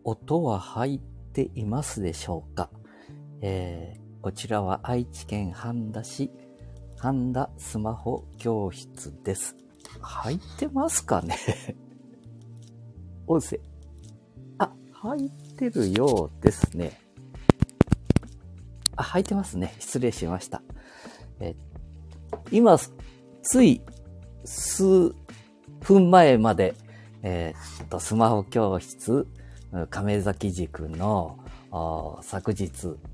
音は入っていますでしょうか？こちらは愛知県半田市半田スマホ教室です。入ってますかね音声。入ってるようですね。入ってますね。失礼しました。今、つい数分前まで、スマホ教室、亀崎塾の昨日、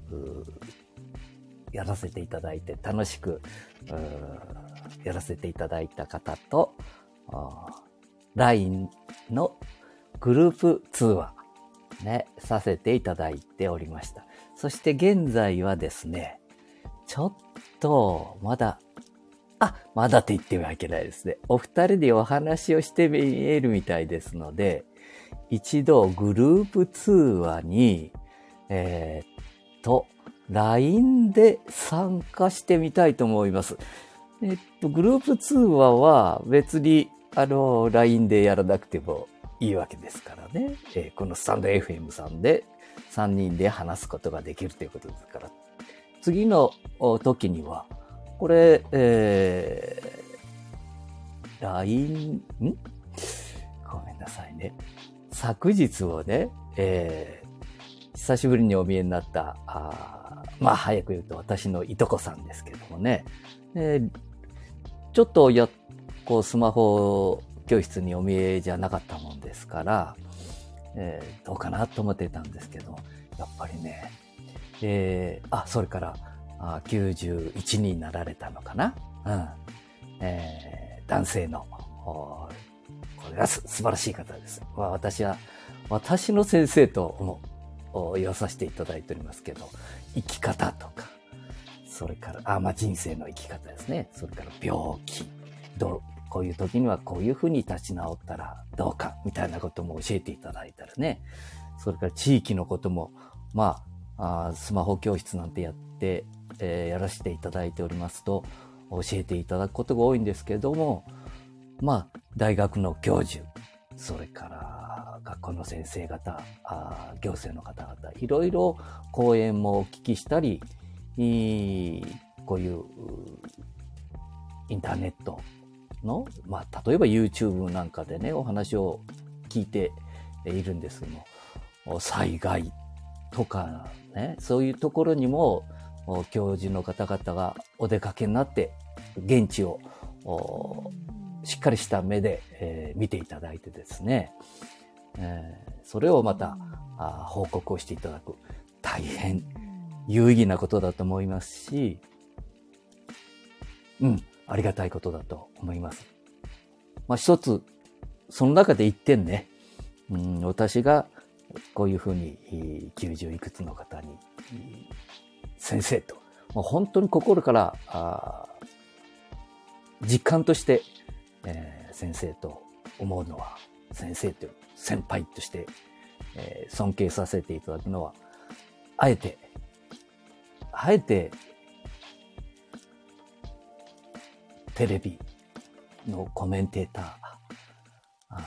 やらせていただいて、楽しくやらせていただいた方と、LINE のグループ通話、ね、させていただいておりました。そして現在はですね、ちょっと、まだって言ってはいけないですね。お二人でお話をしてみえるみたいですので、一度グループ通話に、LINE で参加してみたいと思います。グループ通話は別に、LINE でやらなくてもいいわけですからね。このスタンド FM さんで3人で話すことができるということですから。次の時には、これ、LINE、ごめんなさいね。昨日をね、久しぶりにお見えになった、早く言うと私のいとこさんですけどもね、ちょっとスマホ教室にお見えじゃなかったもんですから、どうかなと思ってたんですけど、やっぱりね、それから、91人になられたのかな、男性の、これが素晴らしい方です。私の先生と言わさせていただいておりますけど、生き方とか、それから、人生の生き方ですね。それから病気、こういう時にはこういうふうに立ち直ったらどうか、みたいなことも教えていただいたらね。それから地域のことも、スマホ教室なんてやって、やらせていただいておりますと、教えていただくことが多いんですけれども、大学の教授、それから学校の先生方、行政の方々、いろいろ講演もお聞きしたり、こういうインターネットの、例えば YouTube なんかでね、お話を聞いているんですけども、災害とかね、そういうところにも教授の方々がお出かけになって現地をしっかりした目で、見ていただいてですね、それをまた報告をしていただく、大変有意義なことだと思いますし、ありがたいことだと思います。一つその中で一点ね、私がこういうふうに90いくつの方に先生と、本当に心から実感として、先生と思うのは、先生という先輩として、尊敬させていただくのは、あえてテレビのコメンテーター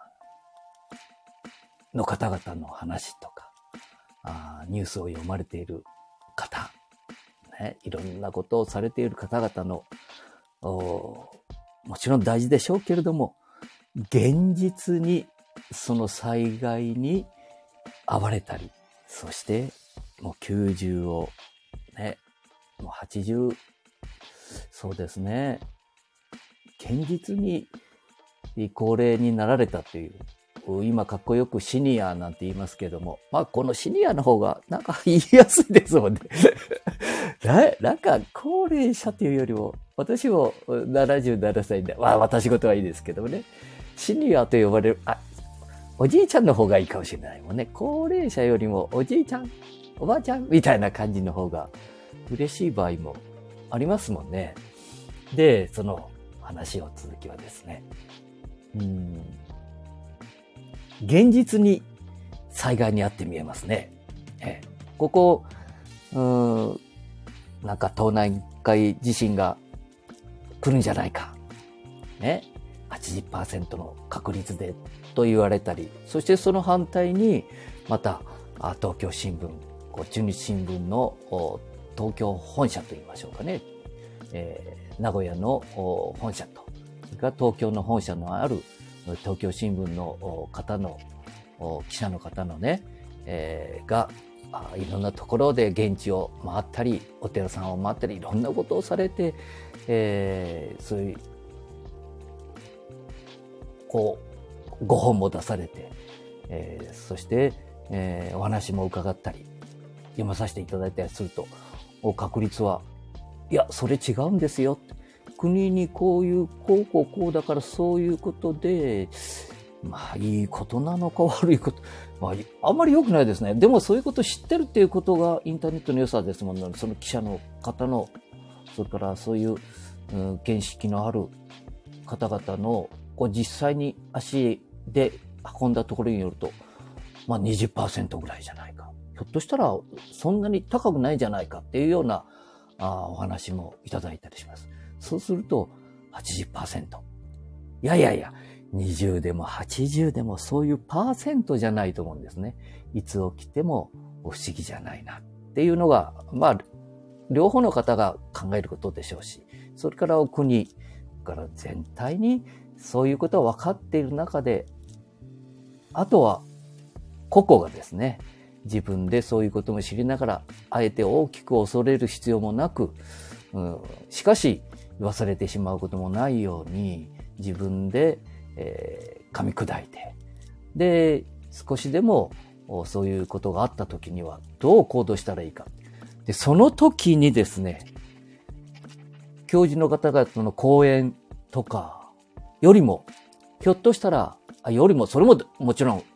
の方々の話とか、ニュースを読まれている方、ね、いろんなことをされている方々の、もちろん大事でしょうけれども、現実にその災害に遭われたり、そしてもう90をね、もう80、そうですね、現実に高齢になられたという、今かっこよくシニアなんて言いますけども、このシニアの方がなんか言いやすいですもんね。なんか高齢者というよりも、私も77歳で、私事はいいですけどもね、シニアと呼ばれる、おじいちゃんの方がいいかもしれないもんね。高齢者よりもおじいちゃん、おばあちゃんみたいな感じの方が嬉しい場合もありますもんね。で、その話の続きはですね、現実に災害に遭って見えますね。ここ、なんか東南海地震が来るんじゃないか。ね。80% の確率でと言われたり、そしてその反対にまた、東京新聞、中日新聞の東京本社と言いましょうかね。名古屋の本社と、それから東京の本社のある東京新聞の方の、記者の方のね、が、いろんなところで現地を回ったり、お寺さんを回ったり、いろんなことをされて、そういう、ご本も出されて、そして、お話も伺ったり、読まさせていただいたりすると、確率は、いや、それ違うんですよ。国にこうだからそういうことで、まあ、いいことなのか悪いこと、まあ、あんまり良くないですね。でもそういうことを知ってるっていうことがインターネットの良さですもんね。その記者の方の、それからそういう、見識のある方々の、実際に足で運んだところによると、まあ 20% ぐらいじゃないか。ひょっとしたらそんなに高くないじゃないかっていうようなお話もいただいたりします。そうすると 80%。いや、20でも80でもそういうパーセントじゃないと思うんですね。いつ起きても不思議じゃないなっていうのが、まあ、両方の方が考えることでしょうし、それからお国から全体にそういうことは分かっている中で、あとは個々がですね、自分でそういうことも知りながら、あえて大きく恐れる必要もなく、しかし言わされてしまうこともないように、自分で、噛み砕いて、で、少しでもそういうことがあった時にはどう行動したらいいか。で、その時にですね、教授の方々の講演とかよりも、ひょっとしたら、それももちろん、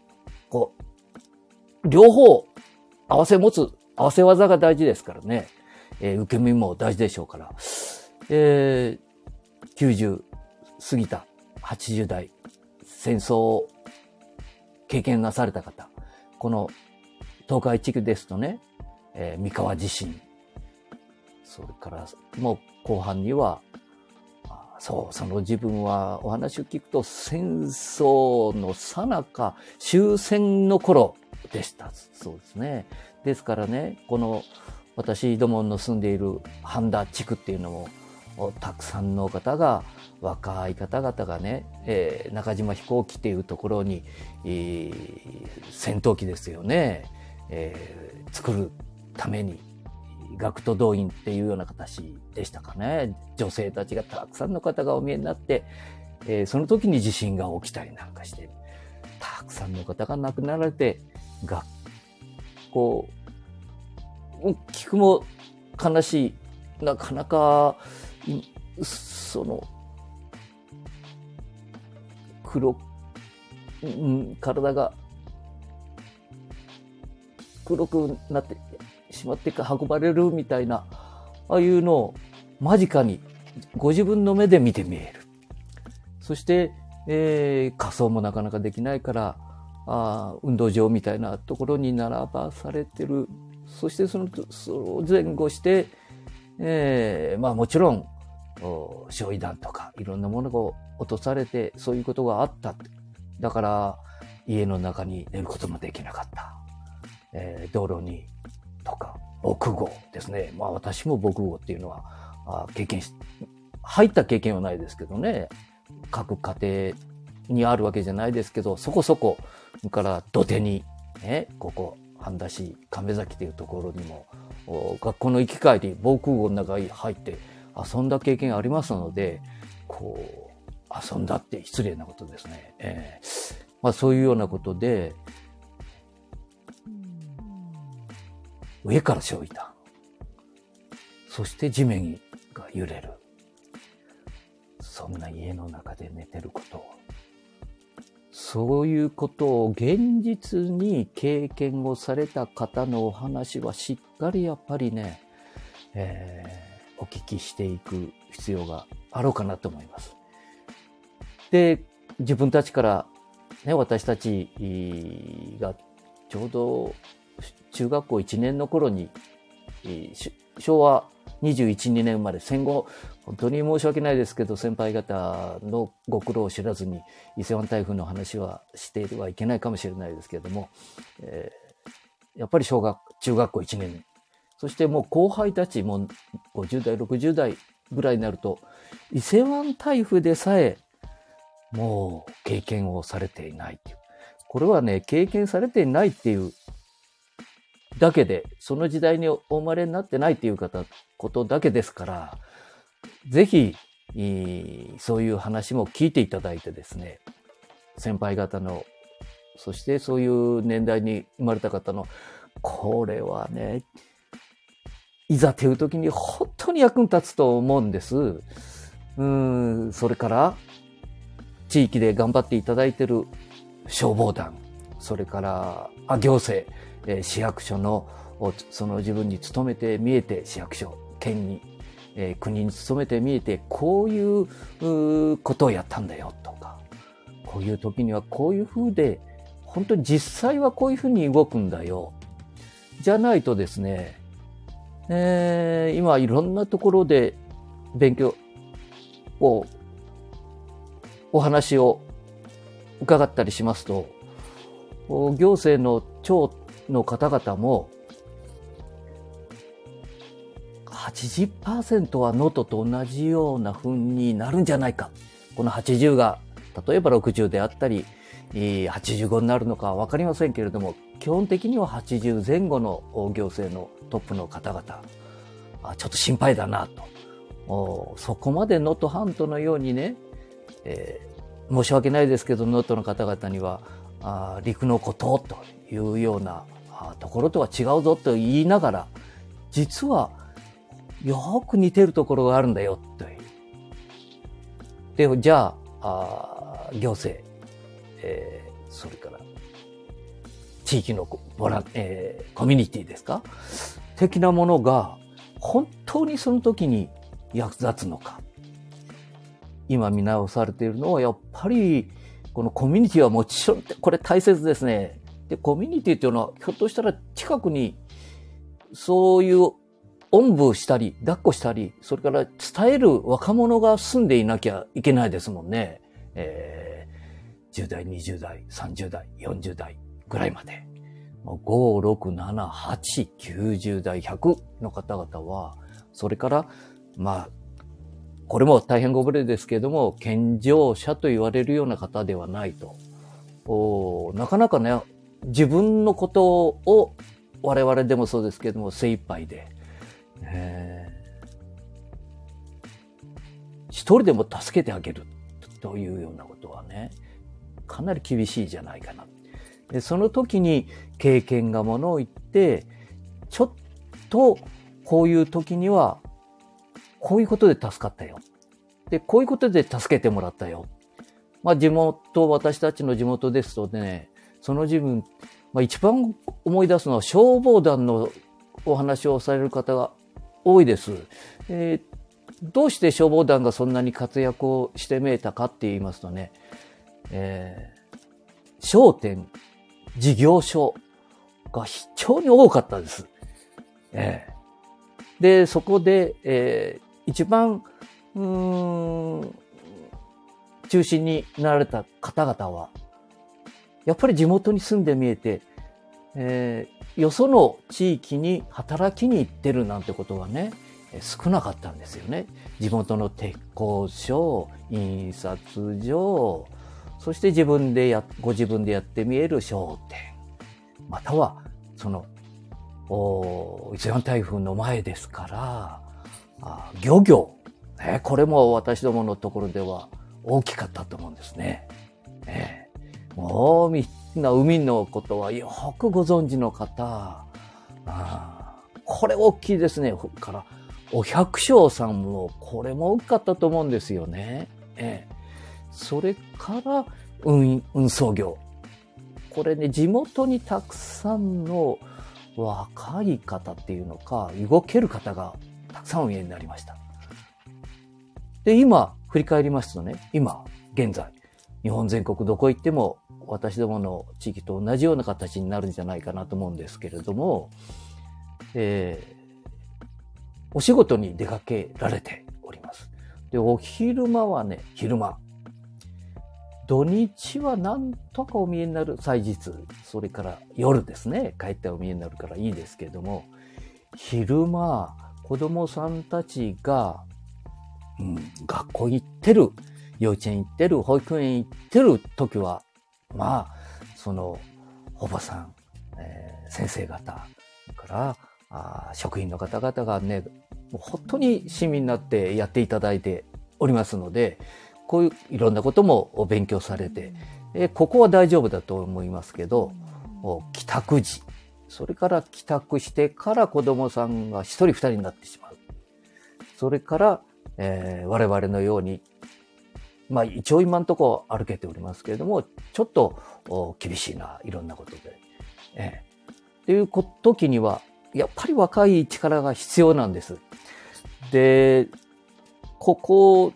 両方合わせ技が大事ですからね。受け身も大事でしょうから。90過ぎた80代、戦争を経験なされた方。この東海地区ですとね、三河地震。それからもう後半には、その自分はお話を聞くと戦争の最中、終戦の頃でした。そうですね。ですからね、この私どもの住んでいる半田地区っていうのも、たくさんの方が、若い方々がね、中島飛行機っていうところに、戦闘機ですよね、作るために、学徒動員っていうような形でしたかね。女性たちがたくさんの方がお見えになって、その時に地震が起きたりなんかして、たくさんの方が亡くなられて、学校、聞くも悲しい。なかなか、体が黒くなってしまって運ばれるみたいな、ああいうのを間近にご自分の目で見てみえる。そして、仮装もなかなかできないから、運動場みたいなところに並ばされてる。そしてその前後して、まあもちろん、焼夷弾とかいろんなものが落とされて、そういうことがあった。だから、家の中に寝ることもできなかった。道路に、とか、防空壕ですね。まあ私も防空壕っていうのは、入った経験はないですけどね。各家庭にあるわけじゃないですけど、そこそこ、から土手に、ここ、半田市亀崎というところにも、学校の行き帰り、防空壕の中に入って遊んだ経験ありますので、遊んだって失礼なことですね。まあそういうようなことで、上から焼夷弾。そして地面が揺れる。そんな家の中で寝てることを。そういうことを現実に経験をされた方のお話はしっかりやっぱりね、お聞きしていく必要があろうかなと思います。で、自分たちから、ね、私たちがちょうど中学校1年の頃に、昭和 21、2年生まれ、戦後、本当に申し訳ないですけど、先輩方のご苦労を知らずに、伊勢湾台風の話はしてはいけないかもしれないですけれども、やっぱり中学校1年、そしてもう後輩たちも50代、60代ぐらいになると、伊勢湾台風でさえ、もう経験をされていないっていう。これはね、経験されていないっていうだけで、その時代にお生まれになってないっていうことだけですから、ぜひ、そういう話も聞いていただいてですね、先輩方の、そしてそういう年代に生まれた方の、これはね、いざという時に本当に役に立つと思うんです。それから、地域で頑張っていただいている消防団、それから行政、市役所のその自分に勤めて見えて、市役所、県に、国に勤めて見えて、こういうことをやったんだよとか、こういう時にはこういう風で、本当に実際はこういう風に動くんだよ。じゃないとですね、今いろんなところで勉強をお話を伺ったりしますと、行政の長の方々も 80% は能登と同じような風になるんじゃないか。この80が例えば60であったり85になるのかわかりませんけれども、基本的には80前後の行政のトップの方々、ちょっと心配だなと。そこまで能登半島のようにね、申し訳ないですけど、能登の方々には陸の孤島というようなところとは違うぞと言いながら、実はよく似てるところがあるんだよという。で、じゃあ、行政、それから地域のコミュニティですか的なものが本当にその時に役立つのか。今見直されているのはやっぱりこのコミュニティはもちろんこれ大切ですね。で、コミュニティっていうのはひょっとしたら近くにそういうおんぶしたり抱っこしたり、それから伝える若者が住んでいなきゃいけないですもんね。10代、20代、30代、40代ぐらいまで。5、6、7、8、90代、100の方々は、それから、これも大変ご無礼ですけれども、健常者と言われるような方ではないと。なかなかね、自分のことを我々でもそうですけれども、精一杯で、一人でも助けてあげるというようなことはね、かなり厳しいじゃないかな。で、その時に経験がものを言って、ちょっとこういう時には、こういうことで助かったよ。で、こういうことで助けてもらったよ。私たちの地元ですとね、その自分、一番思い出すのは消防団のお話をされる方が多いです。どうして消防団がそんなに活躍をして見えたかって言いますとね、商店、事業所が非常に多かったです。で、そこで、一番、中心になられた方々は、やっぱり地元に住んで見えて、よその地域に働きに行ってるなんてことがね、少なかったんですよね。地元の鉄工所、印刷所、そしてご自分でやってみえる商店、または、伊勢湾台風の前ですから、漁業、ね、これも私どものところでは大きかったと思うんですね。もうみんな海のことはよくご存知の方、これ大きいですね。からお百姓さんもこれも大きかったと思うんですよね。それから運送業。これね、地元にたくさんの若い方っていうのか、動ける方がたくさんお見えになりました。で、今、振り返りますとね、現在、日本全国どこ行っても、私どもの地域と同じような形になるんじゃないかなと思うんですけれども、 お仕事に出かけられております。で、お昼間はね、昼間。土日はなんとかお見えになる祭日、それから夜ですね、帰ってお見えになるからいいですけれども、昼間、子供さんたちが、学校行ってる、幼稚園行ってる、保育園行ってる時は、まあ、その、おばさん、先生方から職員の方々がね、もう本当に親身になってやっていただいておりますので、こういういろんなことも勉強されて、ここは大丈夫だと思いますけど、帰宅時、それから帰宅してから子供さんが一人二人になってしまう。それから、我々のように、まあ一応今のところ歩けておりますけれども、ちょっと厳しいな、いろんなことで。っていう時には、やっぱり若い力が必要なんです。で、ここ、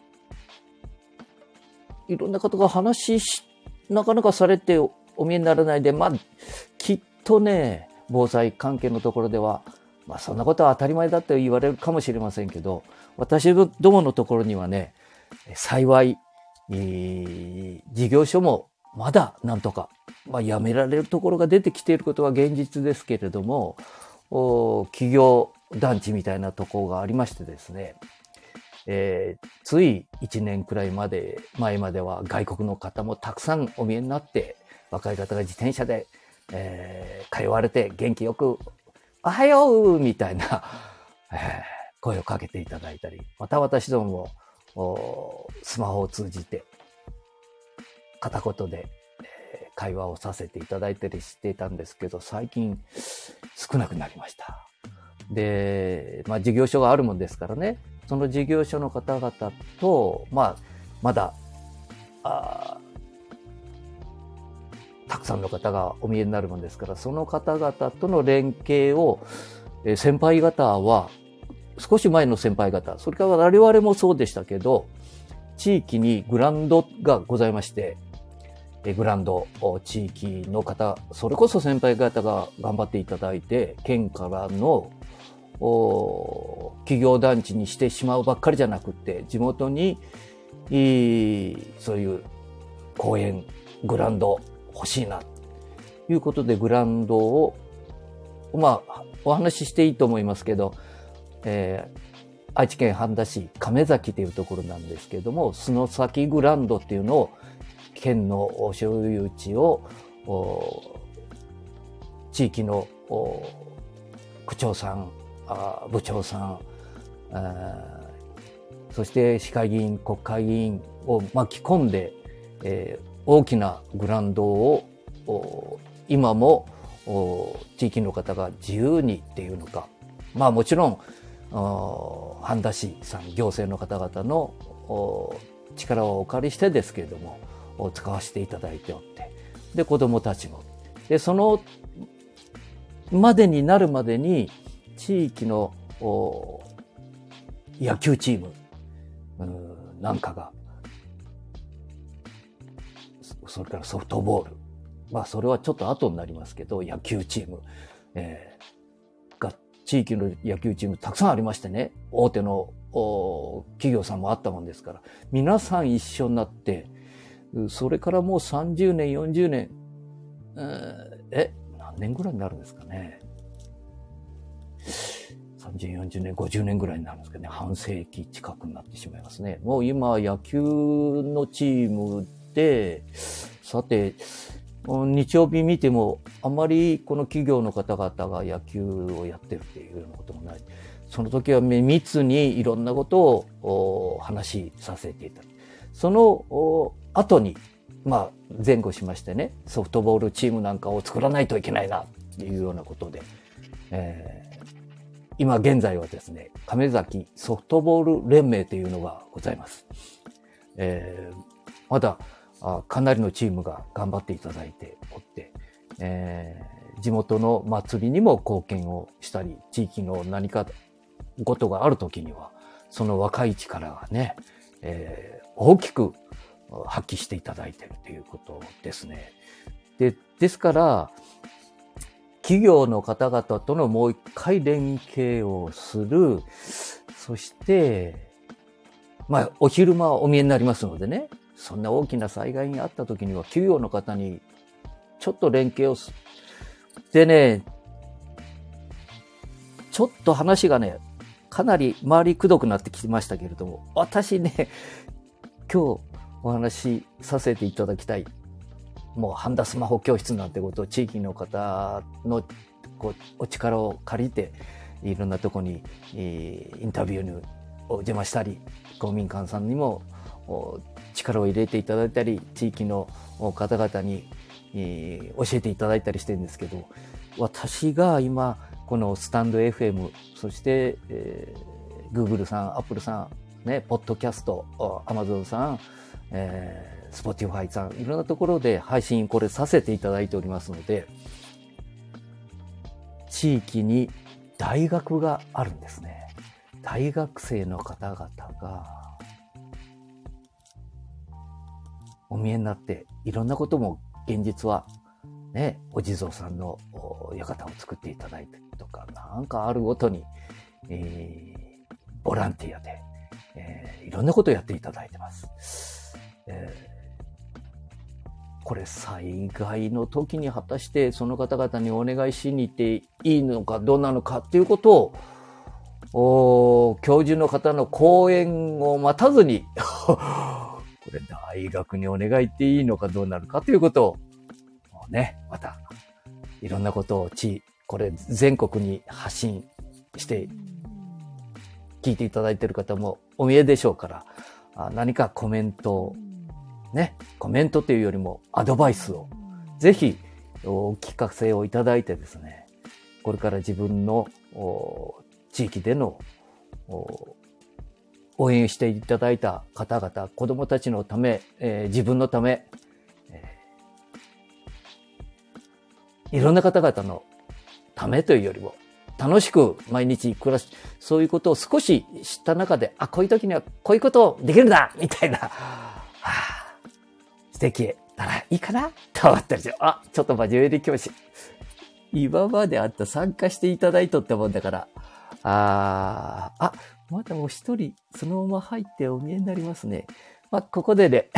いろんな方がなかなかされてお見えにならないで、まあ、きっとね、防災関係のところでは、まあそんなことは当たり前だと言われるかもしれませんけど、私どものところにはね、幸い、事業所もまだなんとか、まあ、やめられるところが出てきていることは現実ですけれども、企業団地みたいなところがありましてですね、つい1年くらい前までは外国の方もたくさんお見えになって、若い方が自転車で、通われて元気よく、おはようみたいな、声をかけていただいたり、また私どももスマホを通じて片言で会話をさせていただいたりしていたんですけど、最近少なくなりました。で、まあ事業所があるもんですからね、その事業所の方々と、まあ、まだ、たくさんの方がお見えになるもんですから、その方々との連携を、先輩方は、少し前の先輩方、それから我々もそうでしたけど、地域にグラウンドがございまして、グラウンド、地域の方、それこそ先輩方が頑張っていただいて、県からの企業団地にしてしまうばっかりじゃなくて、地元にそういう公園、グラウンド欲しいな、ということでグラウンドを、まあ、お話ししていいと思いますけど、愛知県半田市亀崎というところなんですけれども、洲崎グラウンドっていうのを、県の所有地を、地域の区長さん、部長さん、そして市会議員、国会議員を巻き込んで、大きなグラウンドを今も地域の方が自由にっていうのか、まあもちろん半田市さん行政の方々の力をお借りしてですけれども使わせていただいておって、で子どもたちもでそのまでになるまでに地域の野球チームなんかが、それからソフトボール、まあそれはちょっと後になりますけど、野球チーム、が地域の野球チームたくさんありましてね、大手の企業さんもあったもんですから、皆さん一緒になって、それからもう30年、40年、何年ぐらいになるんですかね。30、40年、50年ぐらいになるんですけどね、半世紀近くになってしまいますね。もう今、野球のチームで、さて、日曜日見ても、あまりこの企業の方々が野球をやってるっていうようなこともない。その時は密にいろんなことを話しさせていただく。その後に、まあ、前後しましてね、ソフトボールチームなんかを作らないといけないな、っていうようなことで、今現在はですね、亀崎ソフトボール連盟というのがございます。まだかなりのチームが頑張っていただいておって、地元の祭りにも貢献をしたり、地域の何かことがあるときには、その若い力がね、大きく発揮していただいているということですね。ですから、 企業の方々とのもう一回連携をする。そして、お昼間お見えになりますのでね、そんな大きな災害にあった時には企業の方にちょっと連携をでね、ちょっと話がね、かなり回りくどくなってきましたけれども、私ね、今日お話しさせていただきたい、もうハンダスマホ教室なんてことを地域の方のお力を借りて、いろんなとこにインタビューにお邪魔したり、公民館さんにも力を入れていただいたり、地域の方々に教えていただいたりしてるんですけど、私が今このスタンド FM、そして、Google さん、Apple さん、ね、ポッドキャスト、Amazon さん、Spotify さん、いろんなところで配信これさせていただいておりますので、地域に大学があるんですね。大学生の方々がお見えになって、いろんなことも現実はね、お地蔵さんの館を作っていただいたりとか、なんかあるごとに、ボランティアで、いろんなことをやっていただいてます。これ災害の時に果たしてその方々にお願いしに行っていいのかどうなのかっていうことを、教授の方の講演を待たずにこれ大学にお願いっていいのかどうなるかということをね、またいろんなことをこれ全国に発信して聞いていただいている方もお見えでしょうから、何かコメントをね、コメントというよりもアドバイスをぜひお聞かせをいただいてですね、これから自分の地域での応援していただいた方々、子供たちのため、自分のため、いろんな方々のためというよりも、楽しく毎日暮らし、そういうことを少し知った中で、こういう時にはこういうことできるんだみたいな、素敵ならいいかなと思ったりして、ちょっと真面目に教師。今まであった参加していただいとったもんだから、まだもう一人、そのまま入ってお見えになりますね。ここでね、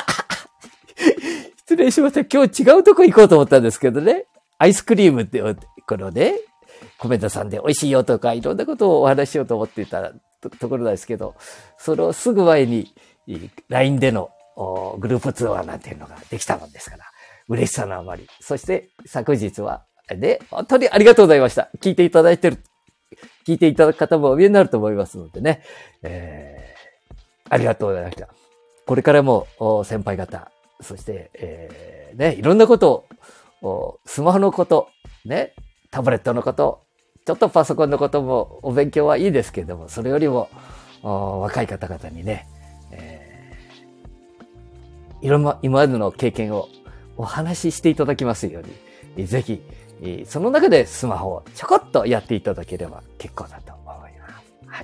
失礼しました。今日違うとこ行こうと思ったんですけどね。アイスクリームって、このね、コメントさんで美味しいよとか、いろんなことをお話ししようと思っていたところなんですけど、そのすぐ前に、LINE でのグループ通話なんていうのができたもんですから、嬉しさのあまり。そして昨日は、本当にありがとうございました。聞いていただく方もお見えになると思いますのでね。ありがとうございました。これからも先輩方、そして、いろんなことを、スマホのこと、ね、タブレットのこと、ちょっとパソコンのこともお勉強はいいですけれども、それよりも若い方々にね、今までの経験をお話ししていただきますように、ぜひ、その中でスマホをちょこっとやっていただければ結構だと思います。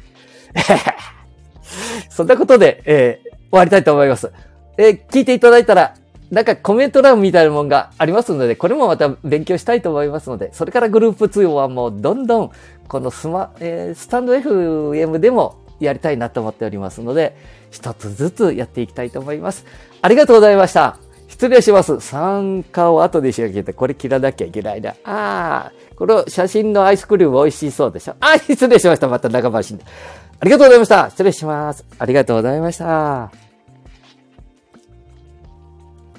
はい。そんなことで、終わりたいと思います。聞いていただいたら、なんかコメント欄みたいなもんがありますので、これもまた勉強したいと思いますので、それからグループ通話はもうどんどん、このスタンド FM でもやりたいなと思っておりますので、一つずつやっていきたいと思います。ありがとうございました。失礼します。参加を後でしなきゃいけない。これ切らなきゃいけないな。この写真のアイスクリーム美味しそうでしょ。失礼しました。また長回しで。ありがとうございました。失礼します。ありがとうございました。